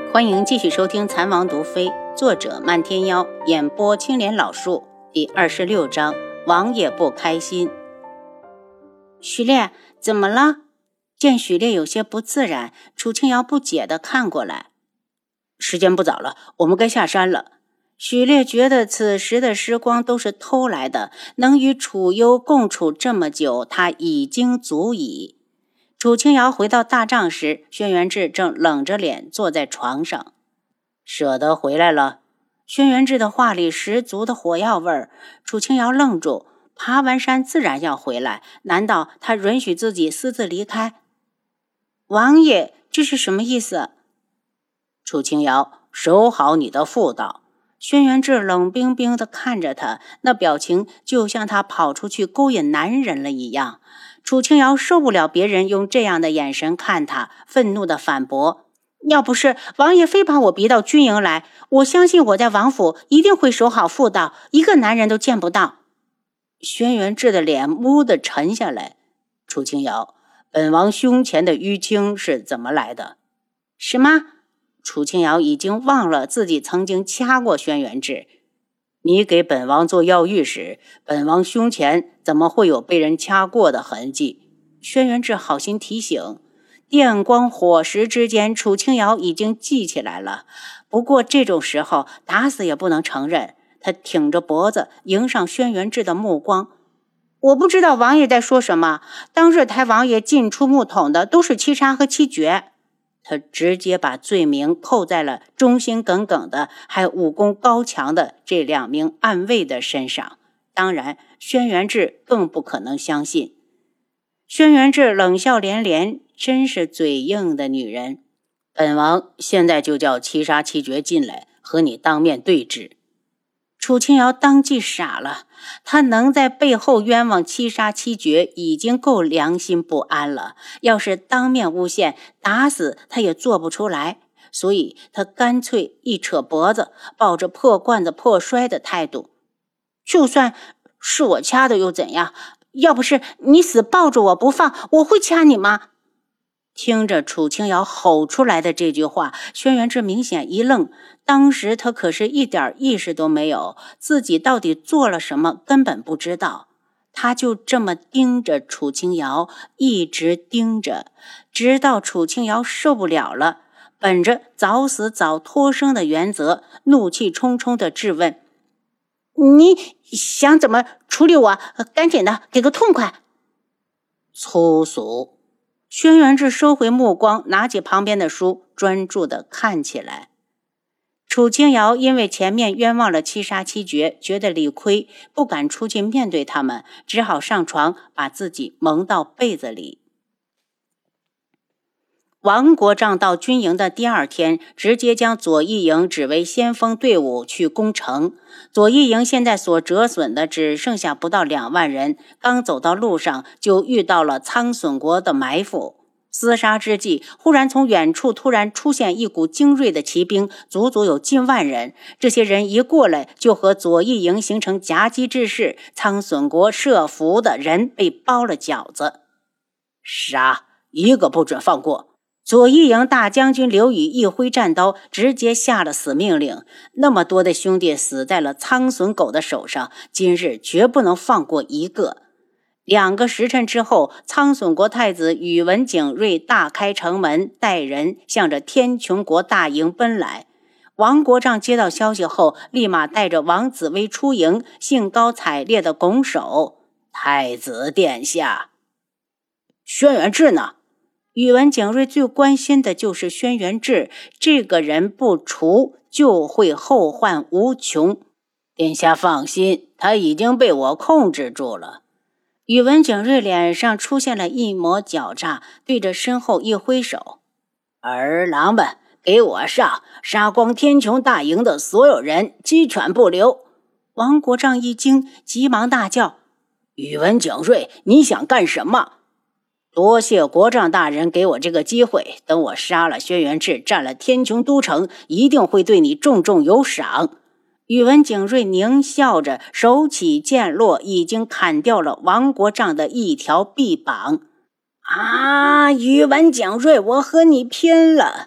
欢迎继续收听《残王毒妃》，作者漫天妖，演播青莲老树。第26章，王爷不开心。许烈，怎么了？见许烈有些不自然，楚清瑶不解地看过来。 时间不早了，我们该下山了。 许烈觉得此时的时光都是偷来的，能与楚幽共处这么久，他已经足矣。楚清瑶回到大帐时，轩辕志正冷着脸坐在床上。 舍得回来了？ 轩辕志的话里十足的火药味儿。楚清瑶愣住，爬完山自然要回来，难道他允许自己私自离开？王爷，这是什么意思？ 楚清瑶，守好你的妇道。 轩辕志冷冰冰地看着他，那表情就像他跑出去勾引男人了一样。楚清瑶受不了别人用这样的眼神看他，愤怒地反驳：要不是王爷非把我逼到军营来，我相信我在王府一定会守好妇道，一个男人都见不到。 轩辕志的脸蓦地沉下来。楚清瑶，本王胸前的淤青是怎么来的？ 什么？楚清瑶已经忘了自己曾经掐过轩辕志。 你给本王做药浴时，本王胸前怎么会有被人掐过的痕迹？ 轩辕志好心提醒。电光火石之间，楚清瑶已经记起来了。不过这种时候打死也不能承认。他挺着脖子迎上轩辕志的目光。我不知道王爷在说什么，当日抬王爷进出木桶的都是七杀和七绝。他直接把罪名扣在了忠心耿耿的还武功高强的这2名暗卫的身上。当然轩辕志更不可能相信。轩辕志冷笑连连，真是嘴硬的女人。 本王现在就叫七杀七绝进来和你当面对质。 楚清瑶当即傻了，他能在背后冤枉七杀七绝已经够良心不安了，要是当面诬陷，打死他也做不出来，所以他干脆一扯脖子，抱着破罐子破摔的态度。就算是我掐的又怎样？要不是你死抱着我不放，我会掐你吗？听着楚清瑶吼出来的这句话，轩辕志明显一愣，当时他可是一点意识都没有，自己到底做了什么根本不知道。他就这么盯着楚清瑶，一直盯着，直到楚清瑶受不了了，本着早死早脱生的原则，怒气冲冲地质问：你想怎么处理我？赶紧的，给个痛快。 粗俗。 轩辕志收回目光，拿起旁边的书，专注地看起来。楚清瑶因为前面冤枉了七杀七绝，觉得理亏，不敢出去面对他们，只好上床把自己蒙到被子里。王国丈到军营的第2天，直接将左翼营指为先锋队伍去攻城。左翼营现在所折损的只剩下不到2万人，刚走到路上就遇到了苍隼国的埋伏。厮杀之际，忽然从远处突然出现一股精锐的骑兵，足足有近万人。这些人一过来就和左翼营形成夹击之势，苍隼国设伏的人被包了饺子。 杀，一个不准放过。 左翼营大将军刘宇一挥战刀，直接下了死命令。那么多的兄弟死在了苍隼狗的手上，今日绝不能放过一个。2个时辰之后，苍隼国太子宇文景睿大开城门，带人向着天穹国大营奔来。王国丈接到消息后，立马带着王子威出营，兴高采烈地拱手：太子殿下。 轩辕志呢？ 宇文景睿最关心的就是轩辕志，这个人不除就会后患无穷。 殿下放心，他已经被我控制住了。 宇文景睿脸上出现了一抹狡诈，对着身后一挥手： 儿郎们，给我上，杀光天穹大营的所有人，鸡犬不留。 王国丈一惊，急忙大叫： 宇文景睿，你想干什么？多谢国丈大人给我这个机会，等我杀了轩辕志，占了天穹都城，一定会对你重重有赏。 宇文景睿狞笑着，手起剑落，已经砍掉了王国丈的一条臂膀。 宇文景睿，我和你拼了！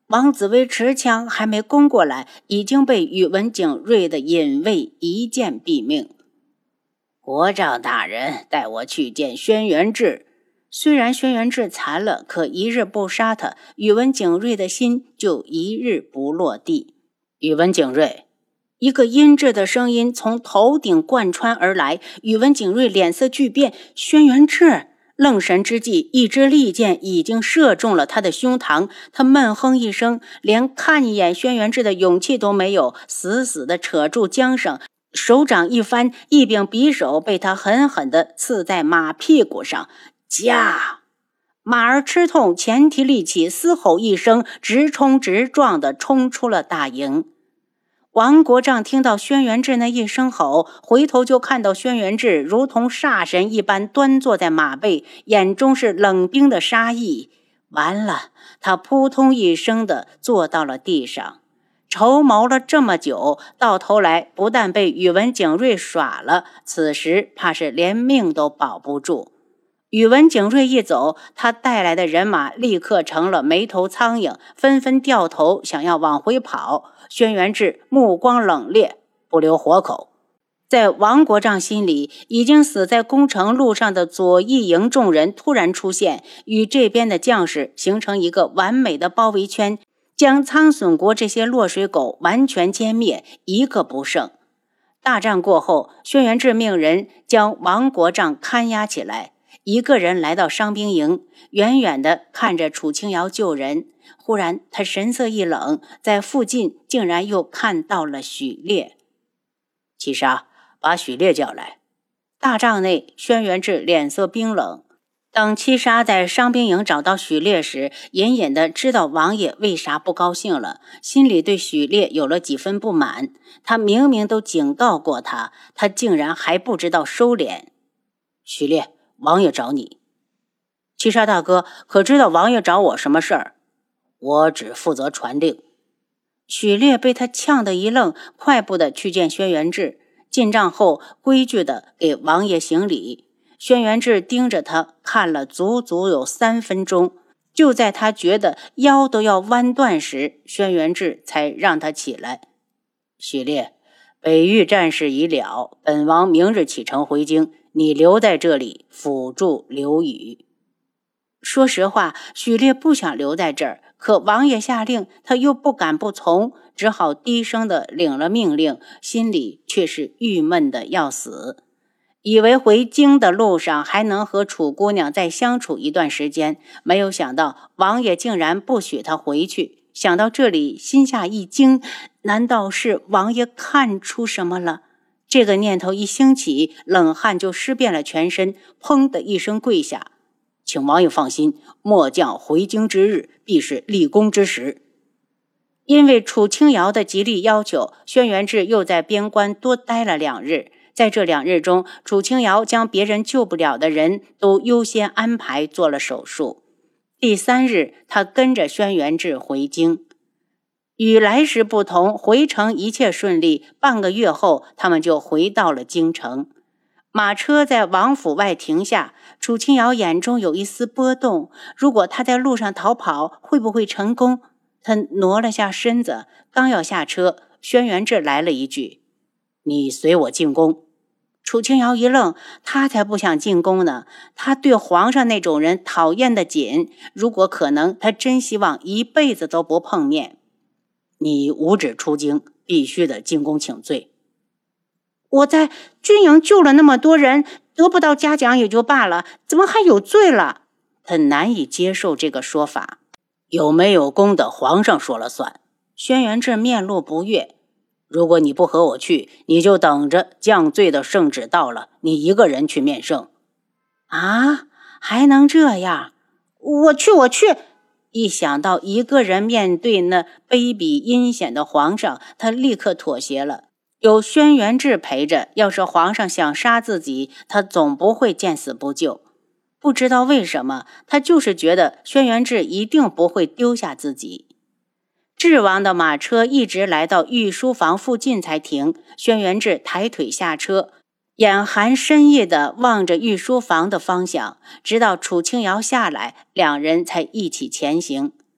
王子威持枪还没攻过来，已经被宇文景睿的隐卫一剑毙命。 国丈大人，带我去见轩辕志。 虽然轩辕志残了，可一日不杀他，宇文景睿的心就一日不落地。 宇文景睿， 一个阴鸷的声音从头顶贯穿而来，宇文景睿脸色巨变。轩辕志！愣神之际，一支利箭已经射中了他的胸膛，他闷哼一声，连看一眼轩辕志的勇气都没有，死死地扯住缰绳，手掌一翻，一柄匕首被他狠狠地刺在马屁股上。驾！马儿吃痛，前蹄立起，嘶吼一声，直冲直撞地冲出了大营。王国丈听到轩辕志那一声吼，回头就看到轩辕志如同煞神一般端坐在马背，眼中是冷冰的杀意。完了，他扑通一声地坐到了地上。筹谋了这么久，到头来不但被宇文景睿耍了，此时怕是连命都保不住。宇文景睿一走，他带来的人马立刻成了没头苍蝇，纷纷掉头想要往回跑。轩辕志目光冷冽，不留活口。在王国丈心里，已经死在攻城路上的左翼营众人突然出现，与这边的将士形成一个完美的包围圈，将苍隼国这些落水狗完全歼灭，一个不剩。大战过后，轩辕志命人将王国丈看押起来，一个人来到伤兵营，远远地看着楚清瑶救人。忽然他神色一冷，在附近竟然又看到了许烈。 七杀，把许烈叫来。 大帐内，轩辕志脸色冰冷。当七杀在伤兵营找到许烈时，隐隐地知道王爷为啥不高兴了，心里对许烈有了几分不满。他明明都警告过他，他竟然还不知道收敛。 许烈，王爷找你。 七杀大哥，可知道王爷找我什么事儿？ 我只负责传令。 许烈被他呛得一愣，快步地去见轩辕志。进帐后，规矩地给王爷行礼。轩辕志盯着他看了足足有3分钟，就在他觉得腰都要弯断时，轩辕志才让他起来。 许烈，北域战事已了，本王明日启程回京，你留在这里辅助刘宇。 说实话，许烈不想留在这儿，可王爷下令，他又不敢不从，只好低声地领了命令，心里却是郁闷的要死。以为回京的路上还能和楚姑娘再相处一段时间，没有想到王爷竟然不许他回去。想到这里，心下一惊，难道是王爷看出什么了？这个念头一兴起，冷汗就湿遍了全身，砰的一声跪下。 请王爷放心，末将回京之日，必是立功之时。 因为楚清瑶的极力要求，轩辕志又在边关多待了2日。在这2日中，楚清瑶将别人救不了的人都优先安排做了手术。第3日，他跟着轩辕志回京。与来时不同，回程一切顺利，半个月后，他们就回到了京城。马车在王府外停下，楚清瑶眼中有一丝波动。如果他在路上逃跑，会不会成功？他挪了下身子，刚要下车，轩辕志来了一句：“ 你随我进宫。” 楚清瑶一愣，他才不想进宫呢。他对皇上那种人讨厌的紧，如果可能，他真希望一辈子都不碰面。 你无旨出京，必须得进宫请罪。 我在军营救了那么多人，得不到嘉奖也就罢了，怎么还有罪了？他难以接受这个说法。 有没有功的皇上说了算。 轩辕志面露不悦。 如果你不和我去，你就等着降罪的圣旨到了，你一个人去面圣。 啊，还能这样？我去！一想到一个人面对那卑鄙阴险的皇上，他立刻妥协了。有轩辕志陪着，要是皇上想杀自己，他总不会见死不救。不知道为什么，他就是觉得轩辕志一定不会丢下自己。智王的马车一直来到御书房附近才停，轩辕志抬腿下车，眼含深意地望着御书房的方向，直到楚清瑶下来，2人才一起前行。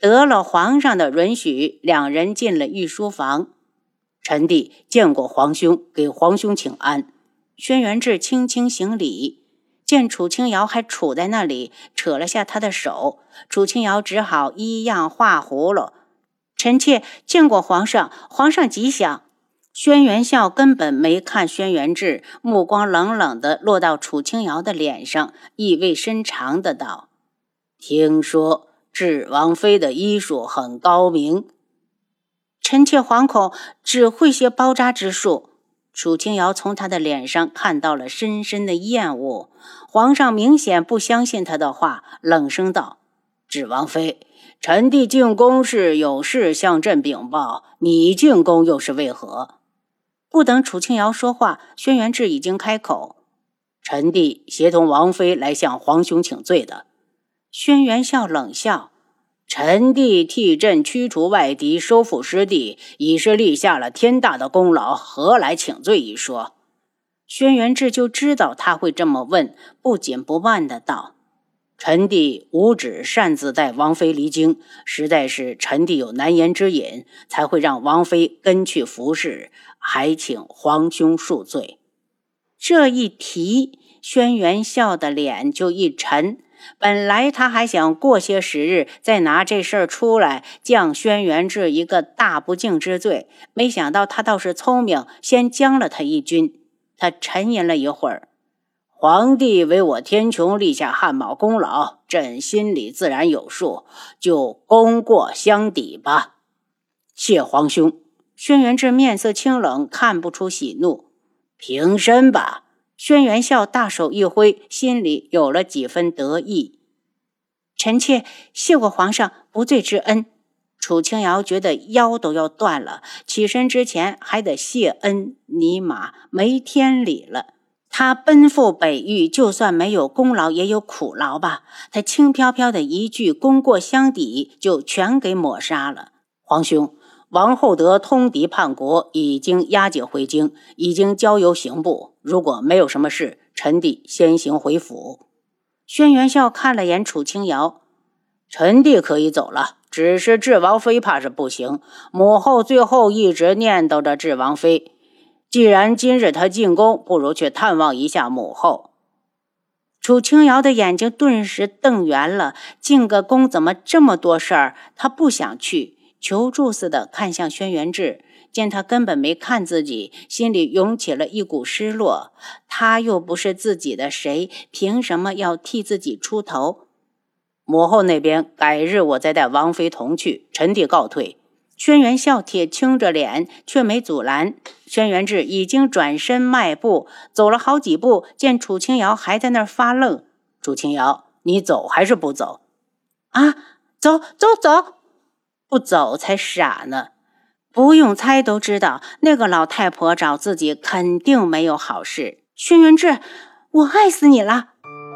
得了皇上的允许，两人进了御书房。 臣弟见过皇兄，给皇兄请安。 轩辕志轻轻行礼，见楚清瑶还杵在那里，扯了下他的手，楚清瑶只好依样画葫芦。臣妾见过皇上，皇上吉祥。轩辕笑根本没看轩辕志，目光冷冷地落到楚清瑶的脸上，意味深长地道： 听说智王妃的医术很高明。 臣妾惶恐，只会些包扎之术。楚清瑶从他的脸上看到了深深的厌恶。皇上明显不相信他的话，冷声道： 智王妃，臣弟进宫是有事向朕禀报，你进宫又是为何？ 不等楚清瑶说话，轩辕志已经开口： 臣弟协同王妃来向皇兄请罪的。 轩辕笑冷笑： 臣弟替朕驱除外敌，收复失地，已是立下了天大的功劳，何来请罪一说？ 轩辕志就知道他会这么问，不紧不慢的道： 臣弟无旨擅自带王妃离京，实在是臣弟有难言之隐，才会让王妃跟去服侍，还请皇兄恕罪。 这一提，轩辕笑的脸就一沉。本来他还想过些时日再拿这事儿出来降轩辕志一个大不敬之罪，没想到他倒是聪明，先将了他一军。他沉吟了一会儿： 皇帝为我天穹立下汗马功劳，朕心里自然有数，就功过相抵吧。谢皇兄。 轩辕志面色清冷，看不出喜怒。 平身吧。 轩辕笑大手一挥，心里有了几分得意。臣妾谢过皇上不罪之恩。楚清瑶觉得腰都要断了，起身之前还得谢恩，尼玛没天理了。他奔赴北域，就算没有功劳也有苦劳吧。他轻飘飘的一句功过相抵，就全给抹杀了。 皇兄，王厚德通敌叛国，已经押解回京，已经交由刑部。如果没有什么事，臣弟先行回府。 轩辕笑看了眼楚清瑶： 臣弟可以走了，只是智王妃怕是不行。母后最后一直念叨着智王妃，既然今日他进宫，不如去探望一下母后。 楚清瑶的眼睛顿时瞪圆了，进个宫怎么这么多事儿？他不想去，求助似的看向轩辕志，见他根本没看自己，心里涌起了一股失落。他又不是自己的谁，凭什么要替自己出头？ 母后那边改日我再带王妃同去，臣弟告退。 轩辕笑铁青着脸，却没阻拦。轩辕志已经转身迈步，走了好几步，见楚清瑶还在那儿发愣。 楚清瑶，你走还是不走？ 啊，走。不走才傻呢。不用猜都知道，那个老太婆找自己肯定没有好事。轩辕志，我爱死你了。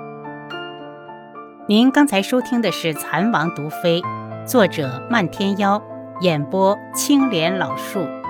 您刚才收听的是《蚕王毒妃》，作者漫天妖，演播青莲老树。